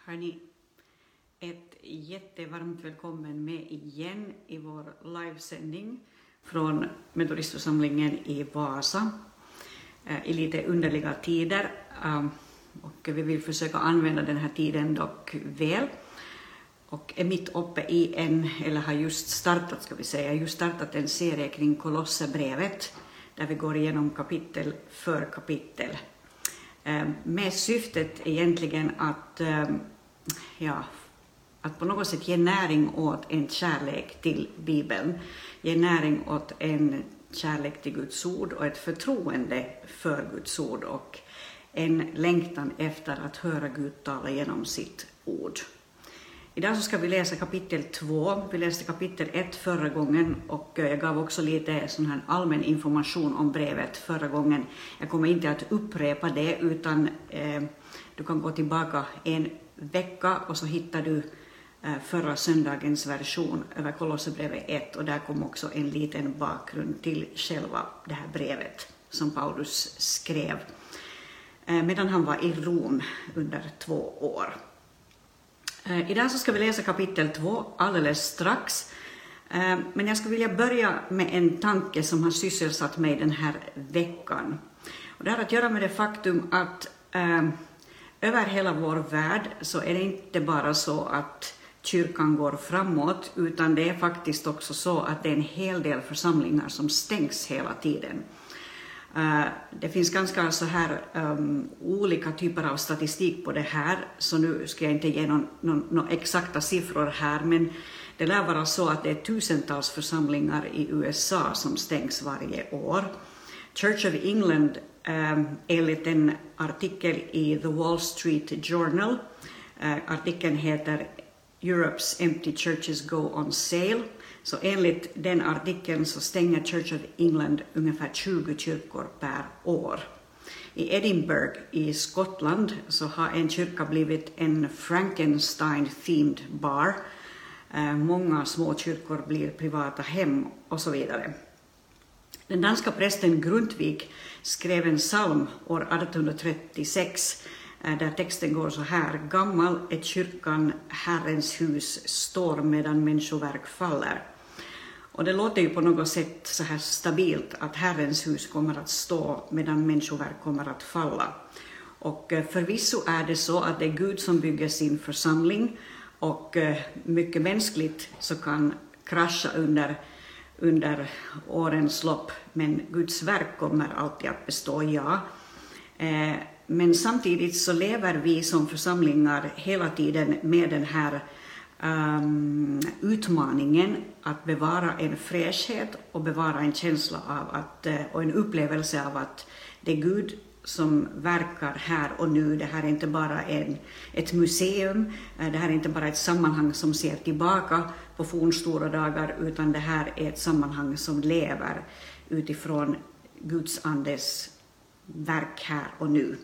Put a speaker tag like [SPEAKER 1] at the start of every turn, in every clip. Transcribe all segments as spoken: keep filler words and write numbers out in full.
[SPEAKER 1] Hörni, ett jättevarmt välkommen med igen i vår livesändning från Metodistförsamlingen i Vasa i lite underliga tider. Och vi vill försöka använda den här tiden dock väl. Och är mitt uppe i en, eller har just startat ska vi säga, just startat en serie kring Kolosserbrevet där vi går igenom kapitel för kapitel. Med syftet egentligen att, ja, att på något sätt ge näring åt en kärlek till Bibeln, ge näring åt en kärlek till Guds ord och ett förtroende för Guds ord och en längtan efter att höra Gud tala genom sitt ord. Idag så ska vi läsa kapitel två. Vi läste kapitel ett förra gången och jag gav också lite sån här allmän information om brevet förra gången. Jag kommer inte att upprepa det utan eh, du kan gå tillbaka en vecka och så hittar du eh, förra söndagens version över Kolosserbrevet ett och där kom också en liten bakgrund till själva det här brevet som Paulus skrev eh, medan han var i Rom under två år. Idag så ska vi läsa kapitel två alldeles strax. Men jag skulle vilja börja med en tanke som har sysselsatt mig den här veckan. Och det har att göra med det faktum att äh, över hela vår värld så är det inte bara så att kyrkan går framåt, utan det är faktiskt också så att det är en hel del församlingar som stängs hela tiden. Uh, det finns ganska så här um, olika typer av statistik på det här, så nu ska jag inte ge någon, någon, någon exakta siffror här, men det lär vara så att det är tusentals församlingar i U S A som stängs varje år. Church of England, um, enligt en artikel i The Wall Street Journal, uh, artikeln heter Europe's Empty Churches Go on Sale. Så enligt den artikeln så stänger Church of England ungefär tjugo kyrkor per år. I Edinburgh i Skottland så har en kyrka blivit en Frankenstein-themed bar. Eh, många små kyrkor blir privata hem och så vidare. Den danska prästen Grundtvig skrev en psalm år arton trettiosex eh, där texten går så här: Gammal är kyrkan, Herrens hus står medan människoverk faller. Och det låter ju på något sätt så här stabilt att Herrens hus kommer att stå medan människoverk kommer att falla. Och förvisso är det så att det är Gud som bygger sin församling och mycket mänskligt så kan krascha under, under årens lopp, men Guds verk kommer alltid att bestå, ja. Men samtidigt så lever vi som församlingar hela tiden med den här Um, utmaningen att bevara en fräschhet och bevara en känsla av att, och en upplevelse av att det är Gud som verkar här och nu. Det här är inte bara en, ett museum, det här är inte bara ett sammanhang som ser tillbaka på fornstora dagar, utan det här är ett sammanhang som lever utifrån Guds andes verk här och nu.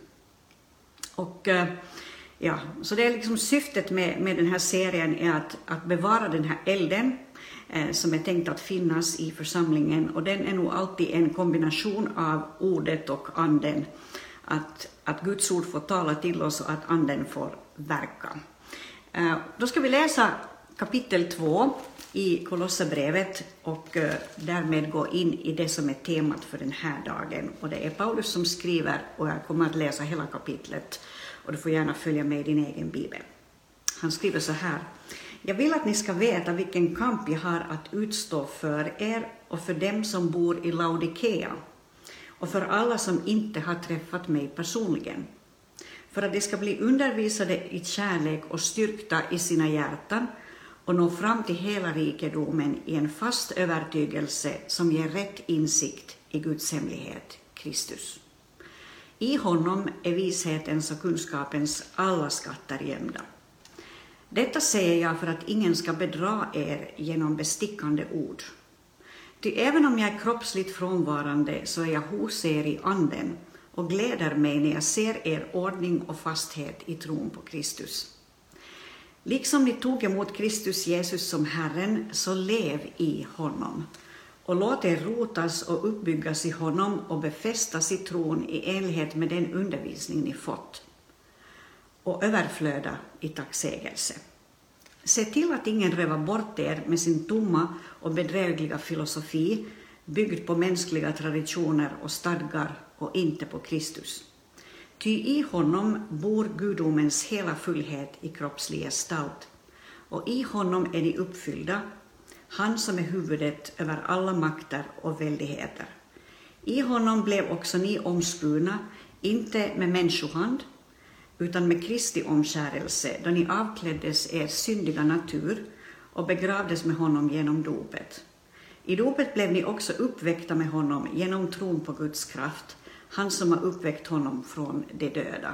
[SPEAKER 1] Och Ja, så det är liksom syftet med, med den här serien är att, att bevara den här elden eh, som är tänkt att finnas i församlingen, och den är nog alltid en kombination av ordet och anden. Att, att Guds ord får tala till oss och att anden får verka. Eh, då ska vi läsa kapitel två i Kolosserbrevet och eh, därmed gå in i det som är temat för den här dagen. Och det är Paulus som skriver och jag kommer att läsa hela kapitlet. Och du får gärna följa med i din egen bibel. Han skriver så här: Jag vill att ni ska veta vilken kamp jag har att utstå för er och för dem som bor i Laodikea och för alla som inte har träffat mig personligen. För att de ska bli undervisade i kärlek och styrkta i sina hjärtan och nå fram till hela rikedomen i en fast övertygelse som ger rätt insikt i Guds hemlighet, Kristus. I honom är vishetens och kunskapens alla skatter gömda. Detta säger jag för att ingen ska bedra er genom bestickande ord. Ty även om jag är kroppsligt frånvarande så är jag hos er i anden och gläder mig när jag ser er ordning och fasthet i tron på Kristus. Liksom ni tog emot Kristus Jesus som Herren, så lev i honom. Och låt er rotas och uppbyggas i honom och befästas i tron i enlighet med den undervisning ni fått. och överflöda i tacksägelse. Se till att ingen rövar bort er med sin tomma och bedrägliga filosofi, byggd på mänskliga traditioner och stadgar och inte på Kristus. Ty i honom bor gudomens hela fullhet i kroppslig gestalt, och i honom är ni uppfyllda, han som är huvudet över alla makter och väldigheter. I honom blev också ni omskurna, inte med människohand, utan med Kristi omskärelse, då ni avkläddes er syndiga natur och begravdes med honom genom dopet. I dopet blev ni också uppväckta med honom genom tron på Guds kraft, han som har uppväckt honom från de döda.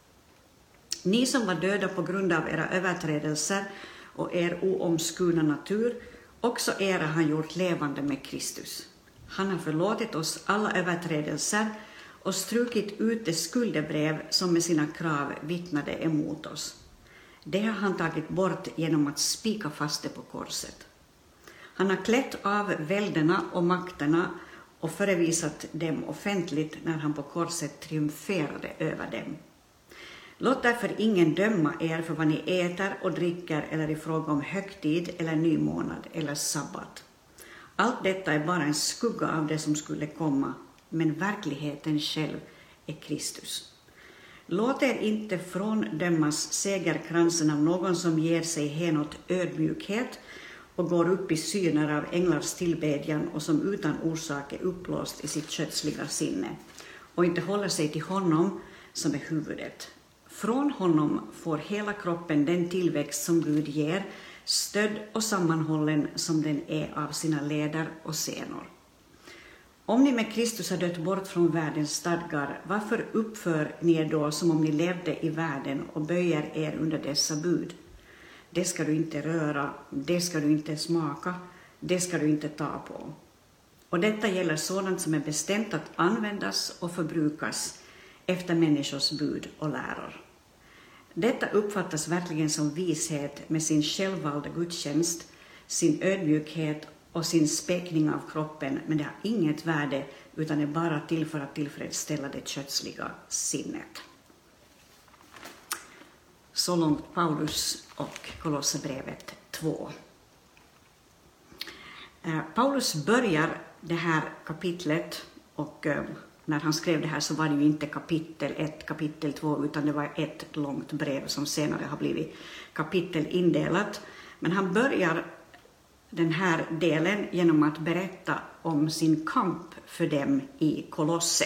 [SPEAKER 1] Ni som var döda på grund av era överträdelser och er oomskurna natur, också era har gjort levande med Kristus. Han har förlåtit oss alla överträdelser och strukit ut det skuldebrev som med sina krav vittnade emot oss. Det har han tagit bort genom att spika fast det på korset. Han har klätt av välderna och makterna och förevisat dem offentligt när han på korset triumferade över dem. Låt därför ingen döma er för vad ni äter och dricker eller i fråga om högtid eller nymånad eller sabbat. Allt detta är bara en skugga av det som skulle komma, men verkligheten själv är Kristus. Låt er inte fråndömas segerkransen av någon som ger sig hän åt ödmjukhet och går upp i syner av änglars tillbedjan och som utan orsak är uppblåst i sitt kötsliga sinne och inte håller sig till honom som är huvudet. Från honom får hela kroppen den tillväxt som Gud ger, stödd och sammanhållen som den är av sina leder och senor. Om ni med Kristus har dött bort från världens stadgar, varför uppför ni er då som om ni levde i världen och böjer er under dessa bud? Det ska du inte röra, det ska du inte smaka, det ska du inte ta på. Och detta gäller sådant som är bestämt att användas och förbrukas efter människors bud och läror. Detta uppfattas verkligen som vishet med sin självvalda gudstjänst, sin ödmjukhet och sin späckning av kroppen, men det har inget värde utan är bara till för att tillfredsställa det kötsliga sinnet. Så långt Paulus och Kolosserbrevet två. Paulus börjar det här kapitlet, och när han skrev det här så var det ju inte kapitel ett, kapitel två, utan det var ett långt brev som senare har blivit kapitelindelat. Men han börjar den här delen genom att berätta om sin kamp för dem i Kolosse,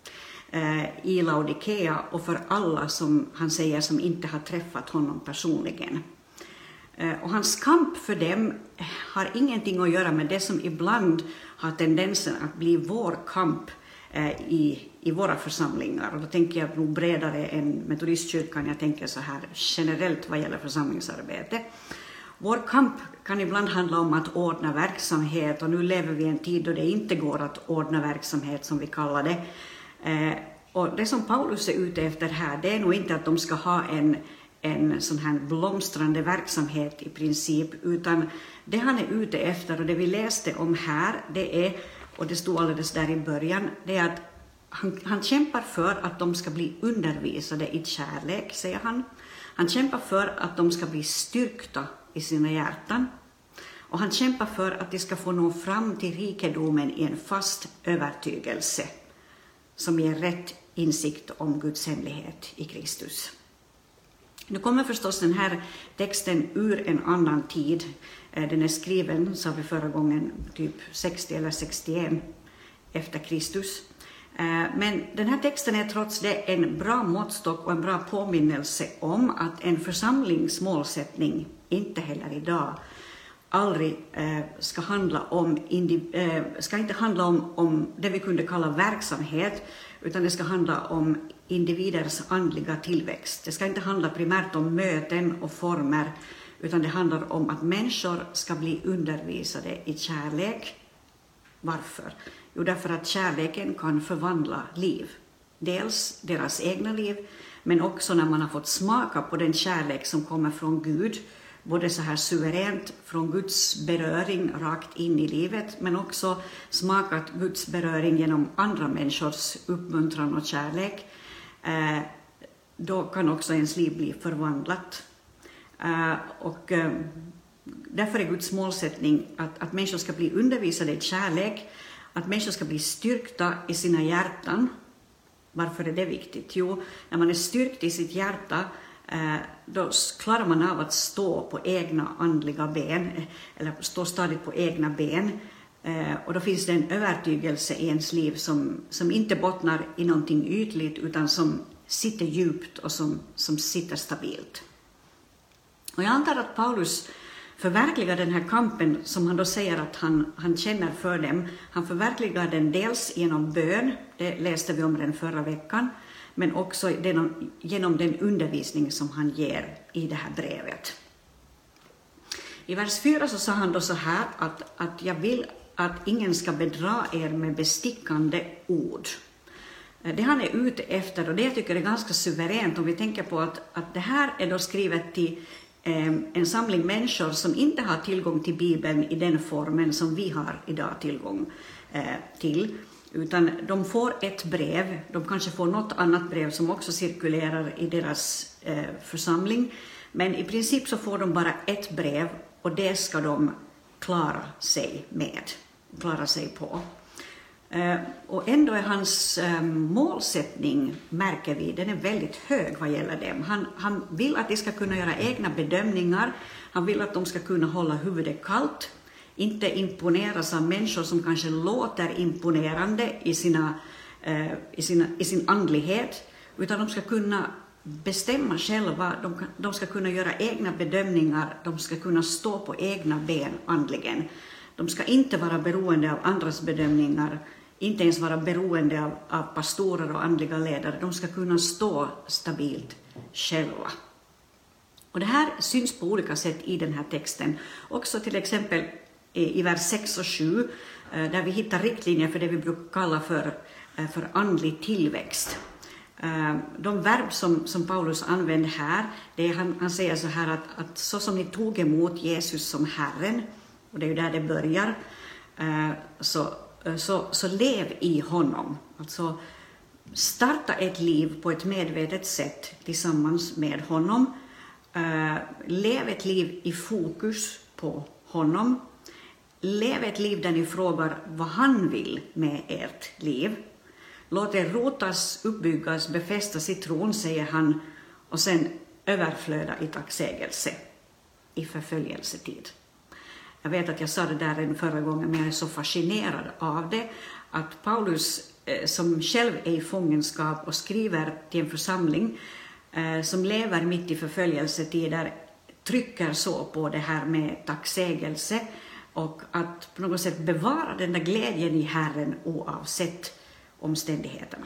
[SPEAKER 1] eh, i Laodikea och för alla som han säger som inte har träffat honom personligen. Eh, och hans kamp för dem har ingenting att göra med det som ibland har tendensen att bli vår kamp eh, i, i våra församlingar. Och då tänker jag nog bredare än metodistkyrkan, jag tänker så här generellt vad gäller församlingsarbete. Vår kamp kan ibland handla om att ordna verksamhet, och nu lever vi i en tid då det inte går att ordna verksamhet som vi kallar det. Eh, och det som Paulus är ute efter här, det är nog inte att de ska ha en, en sån här blomstrande verksamhet i princip, utan det han är ute efter och det vi läste om här, det är, och det stod alldeles där i början, det är att han, han kämpar för att de ska bli undervisade i kärlek, säger han. Han kämpar för att de ska bli styrkta i sina hjärtan. Och han kämpar för att de ska få nå fram till rikedomen i en fast övertygelse som ger rätt insikt om Guds hemlighet i Kristus. Nu kommer förstås den här texten ur en annan tid. Den är skriven, sa vi förra gången, typ sextio eller sextioen efter Kristus. Men den här texten är trots det en bra måttstock och en bra påminnelse om att en församlingsmålsättning inte heller idag aldrig eh, ska handla om indiv- eh, ska inte handla om, om det vi kunde kalla verksamhet, utan det ska handla om individers andliga tillväxt. Det ska inte handla primärt om möten och former, utan det handlar om att människor ska bli undervisade i kärlek. Varför? Jo, därför att kärleken kan förvandla liv. Dels deras egna liv, men också när man har fått smaka på den kärlek som kommer från Gud, både så här suveränt från Guds beröring rakt in i livet, men också smakat Guds beröring genom andra människors uppmuntran och kärlek. Eh, då kan också ens liv bli förvandlat. Uh, och uh, därför är Guds målsättning att, att människor ska bli undervisade i kärlek, att människor ska bli styrkta i sina hjärtan. Varför är det viktigt? Jo, när man är styrkt i sitt hjärta, uh, då klarar man av att stå på egna andliga ben, eller stå stadigt på egna ben. Uh, och då finns det en övertygelse i ens liv som, som inte bottnar i någonting ytligt, utan som sitter djupt och som, som sitter stabilt. Och jag antar att Paulus förverkligar den här kampen som han då säger att han, han känner för dem. Han förverkligar den dels genom bön, det läste vi om den förra veckan, men också genom, genom den undervisning som han ger i det här brevet. I vers fyra så sa han då så här att, att jag vill att ingen ska bedra er med bestickande ord. Det han är ute efter, och det jag tycker är ganska suveränt om vi tänker på att, att det här är då skrivet till eh, en samling människor som inte har tillgång till Bibeln i den formen som vi har idag tillgång eh, till. Utan de får ett brev, de kanske får något annat brev som också cirkulerar i deras eh, församling. Men i princip så får de bara ett brev och det ska de klara sig med, klara sig på. Uh, och ändå är hans um, målsättning, märker vi, den är väldigt hög vad gäller dem. Han, han vill att de ska kunna göra egna bedömningar. Han vill att de ska kunna hålla huvudet kallt. Inte imponeras av människor som kanske låter imponerande i, sina, uh, i, sina, i sin andlighet. Utan de ska kunna bestämma själva. De, de ska kunna göra egna bedömningar. De ska kunna stå på egna ben andligen. De ska inte vara beroende av andras bedömningar. Inte ens vara beroende av, av pastorer och andliga ledare. De ska kunna stå stabilt själva. Och det här syns på olika sätt i den här texten. Också till exempel i, i vers sex och sju. Där vi hittar riktlinjer för det vi brukar kalla för, för andlig tillväxt. De verb som, som Paulus använder här. Det är, han, han säger så här att, att så som ni tog emot Jesus som Herren. Och det är ju där det börjar. Så Så, så lev i honom. Alltså starta ett liv på ett medvetet sätt tillsammans med honom. Uh, lev ett liv i fokus på honom. Lev ett liv där ni frågar vad han vill med ert liv. Låt er rotas, uppbyggas, befästas i tron, säger han. Och sen överflöda i tacksägelse i förföljelsetid. Jag vet att jag sa det där en förra gången, men jag är så fascinerad av det. Att Paulus, eh, som själv är i fångenskap och skriver till en församling eh, som lever mitt i förföljelsetider, trycker så på det här med tacksägelse och att på något sätt bevara den där glädjen i Herren oavsett omständigheterna.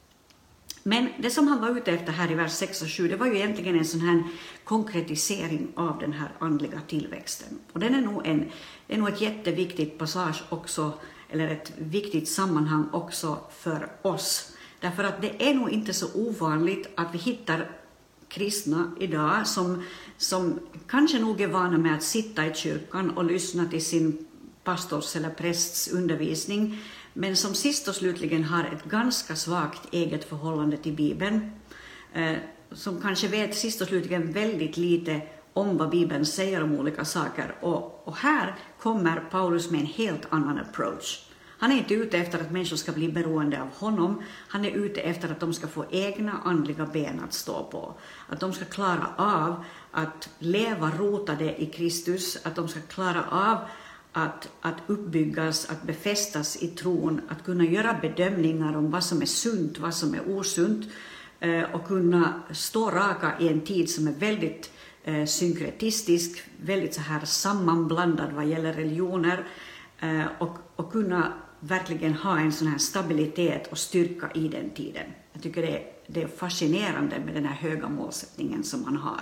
[SPEAKER 1] Men det som han var ute efter här i vers sex och sju, det var ju egentligen en sån här konkretisering av den här andliga tillväxten. Och den är nog, en, det är nog ett jätteviktigt passage också, eller ett viktigt sammanhang också för oss. Därför att det är nog inte så ovanligt att vi hittar kristna idag som, som kanske nog är vana med att sitta i kyrkan och lyssna till sin pastors eller prästs undervisning, men som sist och slutligen har ett ganska svagt eget förhållande till Bibeln, eh, som kanske vet sist och slutligen väldigt lite om vad Bibeln säger om olika saker. Och, och här kommer Paulus med en helt annan approach. Han är inte ute efter att människor ska bli beroende av honom. Han är ute efter att de ska få egna andliga ben att stå på. Att de ska klara av att leva rotade i Kristus. Att de ska klara av Att, att uppbyggas, att befästas i tron, att kunna göra bedömningar om vad som är sunt, vad som är osunt eh, och kunna stå raka i en tid som är väldigt eh, synkretistisk, väldigt så här sammanblandad vad gäller religioner eh, och, och kunna verkligen ha en sån här stabilitet och styrka i den tiden. Jag tycker det är, det är fascinerande med den här höga målsättningen som man har.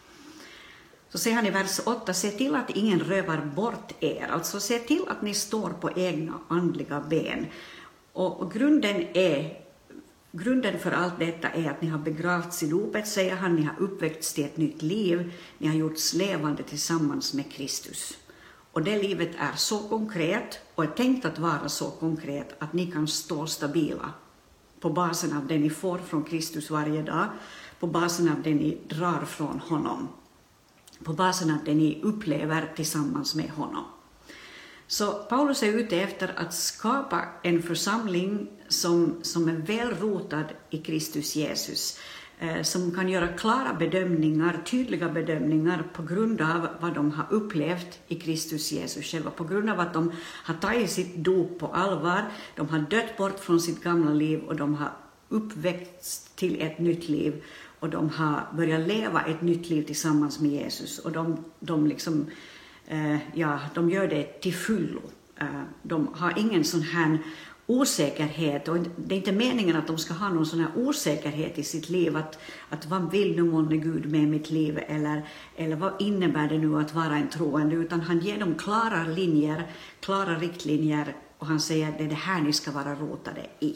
[SPEAKER 1] Så säger han i vers åtta, se till att ingen rövar bort er. Alltså se till att ni står på egna andliga ben. Och, och grunden, är, grunden för allt detta är att ni har begravts i dopet, säger han. Ni har uppväckts till ett nytt liv. Ni har gjorts levande tillsammans med Kristus. Och det livet är så konkret och är tänkt att vara så konkret att ni kan stå stabila på basen av det ni får från Kristus varje dag. på basen av det ni drar från honom. På basen av det ni upplever tillsammans med honom. Så Paulus är ute efter att skapa en församling som, som är väl rotad i Kristus Jesus. Eh, som kan göra klara bedömningar, tydliga bedömningar på grund av vad de har upplevt i Kristus Jesus själva. På grund av att de har tagit sitt dop på allvar, de har dött bort från sitt gamla liv och de har uppväxt till ett nytt liv. Och de har börjat leva ett nytt liv tillsammans med Jesus. Och de, de, liksom, eh, ja, de gör det till fullo. Eh, de har ingen sån här osäkerhet. Och det är inte meningen att de ska ha någon sån här osäkerhet i sitt liv. Att, att vad vill nu månne Gud med mitt liv? Eller, eller vad innebär det nu att vara en troende? Utan han ger dem klara linjer, klara riktlinjer. Och han säger att det är det här ni ska vara rotade i.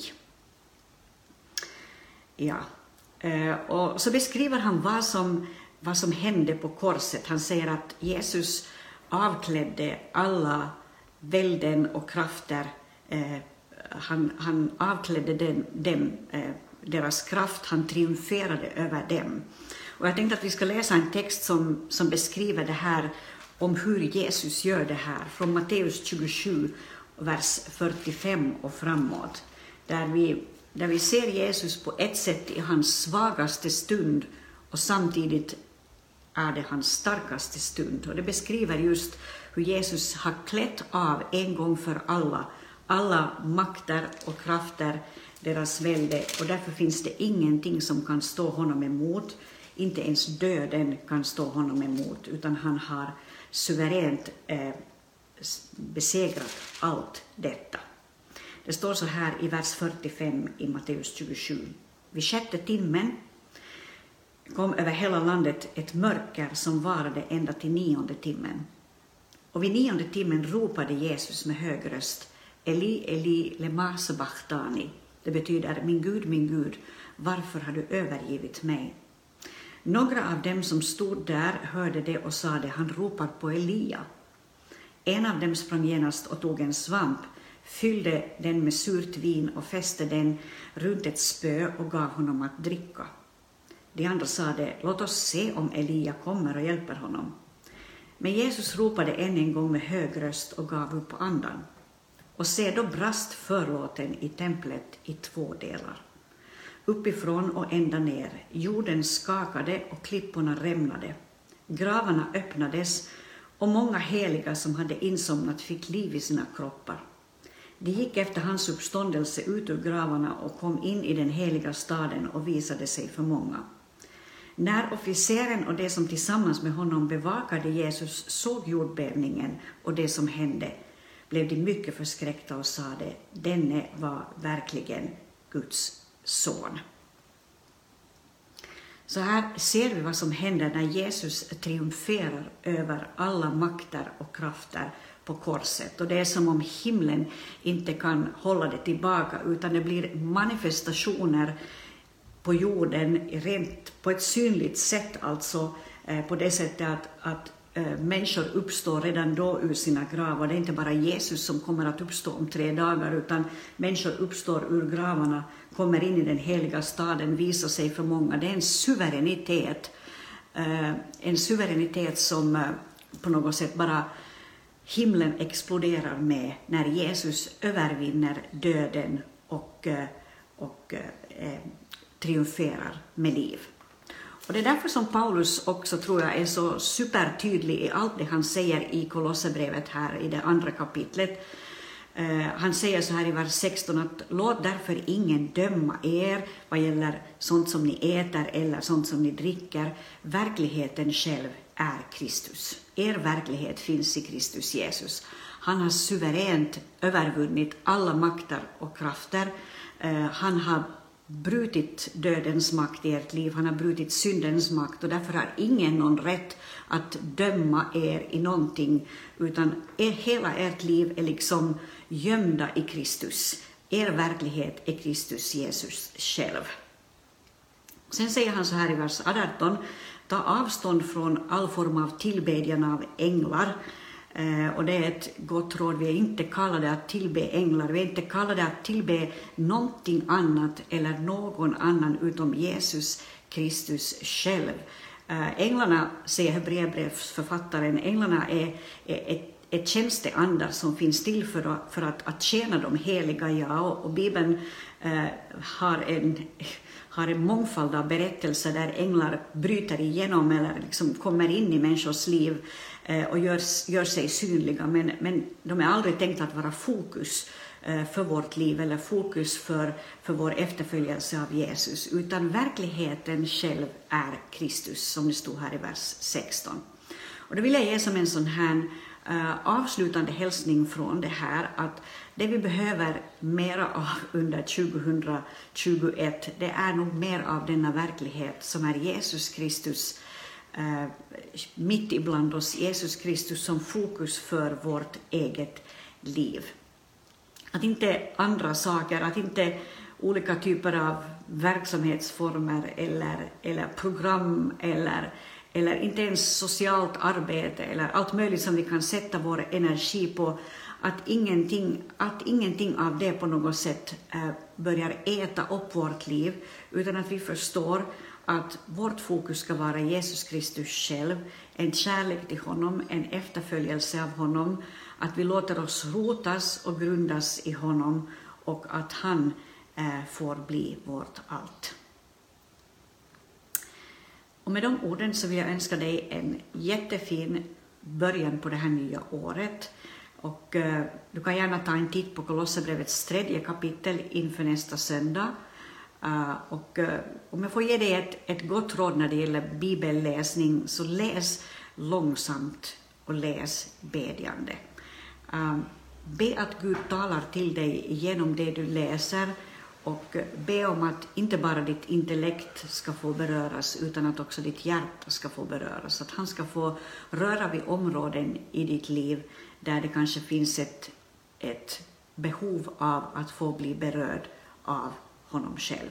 [SPEAKER 1] Ja. Uh, och så beskriver han vad som, vad som hände på korset. Han säger att Jesus avklädde alla välden och krafter. Uh, han, han avklädde den, dem, uh, deras kraft. Han triumferade över dem. Och jag tänkte att vi ska läsa en text som, som beskriver det här om hur Jesus gör det här. Från Matteus tjugosju, vers fyrtiofem och framåt. Där vi Där vi ser Jesus på ett sätt i hans svagaste stund och samtidigt är det hans starkaste stund. Och det beskriver just hur Jesus har klätt av en gång för alla, alla makter och krafter, deras välde. Och därför finns det ingenting som kan stå honom emot. Inte ens döden kan stå honom emot, utan han har suveränt eh, besegrat allt detta. Det står så här i vers fyrtiofem i Matteus tjugosju. Vid sjätte timmen kom över hela landet ett mörker som varade ända till nionde timmen. Och vid nionde timmen ropade Jesus med hög röst: Eli, Eli, lema sabachthani. Det betyder: min Gud, min Gud, varför har du övergivit mig? Några av dem som stod där hörde det och sade: han ropar på Elia. En av dem sprang genast och tog en svamp, fyllde den med surt vin och fäste den runt ett spö och gav honom att dricka. De andra sade: låt oss se om Elia kommer och hjälper honom. Men Jesus ropade än en gång med hög röst och gav upp andan. Och se, då brast förlåten i templet i två delar. Uppifrån och ända ner. Jorden skakade och klipporna rämnade. Gravarna öppnades och många heliga som hade insomnat fick liv i sina kroppar. De gick efter hans uppståndelse ut ur gravarna och kom in i den heliga staden och visade sig för många. När officeren och de som tillsammans med honom bevakade Jesus såg jordbävningen och det som hände, blev de mycket förskräckta och sade: denne var verkligen Guds son. Så här ser vi vad som händer när Jesus triumferar över alla makter och krafter på korset. Och det är som om himlen inte kan hålla det tillbaka, utan det blir manifestationer på jorden rent på ett synligt sätt, alltså eh, på det sättet att, att eh, människor uppstår redan då ur sina gravar. Det är inte bara Jesus som kommer att uppstå om tre dagar, utan människor uppstår ur gravarna, kommer in i den heliga staden, visar sig för många. Det är en suveränitet, eh, en suveränitet som eh, på något sätt bara himlen exploderar med när Jesus övervinner döden och, och eh, triumferar med liv. Och det är därför som Paulus också, tror jag, är så supertydlig i allt det han säger i Kolosserbrevet här i det andra kapitlet. Eh, han säger så här i vers sexton att låt därför ingen döma er vad gäller sånt som ni äter eller sånt som ni dricker. Verkligheten själv är Kristus. Er verklighet finns i Kristus Jesus. Han har suveränt övervunnit alla makter och krafter. Uh, han har brutit dödens makt i ert liv. Han har brutit syndens makt, och därför har ingen någon rätt att döma er i någonting, utan er, hela ert liv är liksom gömda i Kristus. Er verklighet är Kristus Jesus själv. Sen säger han så här i vers arton: ta avstånd från all form av tillbedjan av änglar. Eh, och det är ett gott råd. Vi är inte kallade att tillbe änglar. Vi är inte kallade att tillbe någonting annat eller någon annan utom Jesus Kristus själv. Äh, änglarna, säger Hebreerbrevsförfattaren, änglarna är, är ett ett tjänsteandar som finns till för att, för att, att tjäna de heliga, ja, och, och Bibeln eh, har, en, har en mångfald av berättelser där änglar bryter igenom eller liksom kommer in i människors liv eh, och gör, gör sig synliga, men, men de är aldrig tänkta att vara fokus eh, för vårt liv eller fokus för, för vår efterföljelse av Jesus, utan verkligheten själv är Kristus, som det stod här i vers sexton. Och då vill jag ge som en sån här Uh, avslutande hälsning från det här, att det vi behöver mera av under tjugohundratjugoett, det är nog mer av denna verklighet som är Jesus Kristus uh, mitt ibland oss, Jesus Kristus som fokus för vårt eget liv. Att inte andra saker, att inte olika typer av verksamhetsformer eller, eller program eller eller inte ens socialt arbete eller allt möjligt som vi kan sätta vår energi på, att ingenting, att ingenting av det på något sätt äh, börjar äta upp vårt liv, utan att vi förstår att vårt fokus ska vara Jesus Kristus själv, en kärlek till honom, en efterföljelse av honom, att vi låter oss rotas och grundas i honom och att han äh, får bli vårt allt. Och med de orden så vill jag önska dig en jättefin början på det här nya året. Och eh, du kan gärna ta en titt på Kolosserbrevets tredje kapitel inför nästa söndag. Uh, och uh, om jag får ge dig ett, ett gott råd när det gäller bibelläsning, så läs långsamt och läs bedjande. Uh, be att Gud talar till dig genom det du läser. Och be om att inte bara ditt intellekt ska få beröras, utan att också ditt hjärta ska få beröras. Att han ska få röra vid områden i ditt liv där det kanske finns ett, ett behov av att få bli berörd av honom själv.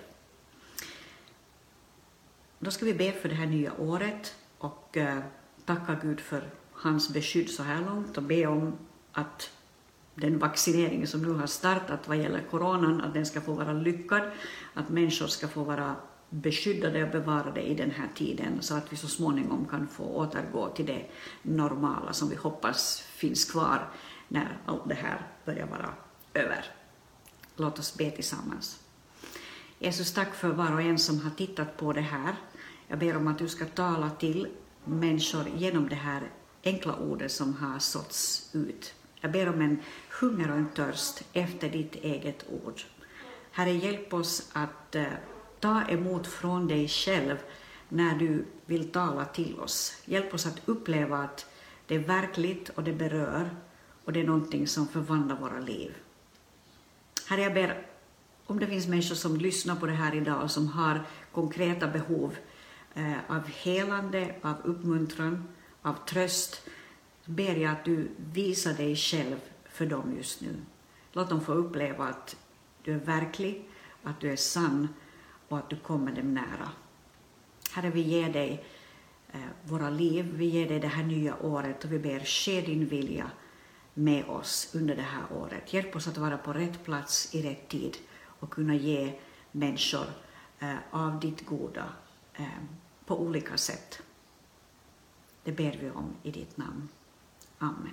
[SPEAKER 1] Då ska vi be för det här nya året och uh, tacka Gud för hans beskydd så här långt och be om att den vaccinering som nu har startat vad gäller coronan, att den ska få vara lyckad, att människor ska få vara beskyddade och bevarade i den här tiden, så att vi så småningom kan få återgå till det normala som vi hoppas finns kvar när allt det här börjar vara över. Låt oss be tillsammans. Jesus, tack för var och en som har tittat på det här. Jag ber om att du ska tala till människor genom det här enkla ordet som har såtts ut. Jag ber om en hunger och en törst efter ditt eget ord. Herre, hjälp oss att uh, ta emot från dig själv när du vill tala till oss. Hjälp oss att uppleva att det är verkligt och det berör och det är någonting som förvandlar våra liv. Herre, jag ber om det finns människor som lyssnar på det här idag och som har konkreta behov uh, av helande, av uppmuntran, av tröst, ber jag att du visar dig själv för dem just nu. Låt dem få uppleva att du är verklig, att du är sann och att du kommer dem nära. Herre, vi ger dig eh, våra liv, vi ger dig det här nya året och vi ber ske din vilja med oss under det här året. Hjälp oss att vara på rätt plats i rätt tid och kunna ge människor eh, av ditt goda eh, på olika sätt. Det ber vi om i ditt namn. Amen.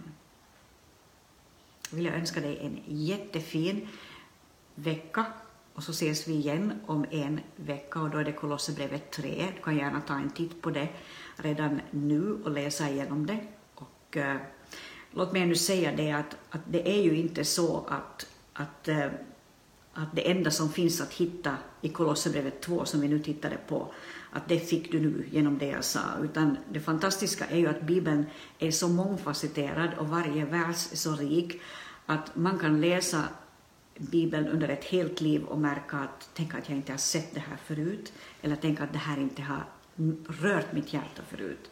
[SPEAKER 1] Jag vill önska dig en jättefin vecka och så ses vi igen om en vecka och då är det Kolosserbrevet tre. Du kan gärna ta en titt på det redan nu och läsa igenom det. Och uh, låt mig nu säga det att, att det är ju inte så att, att, uh, att det enda som finns att hitta i Kolosserbrevet två som vi nu tittade på, att det fick du nu genom det jag sa, utan det fantastiska är ju att Bibeln är så mångfacetterad och varje vers är så rik att man kan läsa Bibeln under ett helt liv och märka att tänka att jag inte har sett det här förut, eller tänka att det här inte har rört mitt hjärta förut.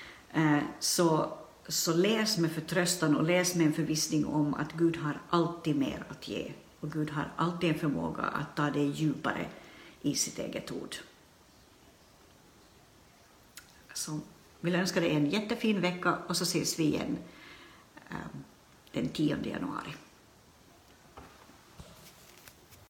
[SPEAKER 1] Så, så läs med förtröstan och läs med en förvissning om att Gud har alltid mer att ge och Gud har alltid en förmåga att ta det djupare i sitt eget ord. Så vill jag önska dig en jättefin vecka och så ses vi igen den tionde januari.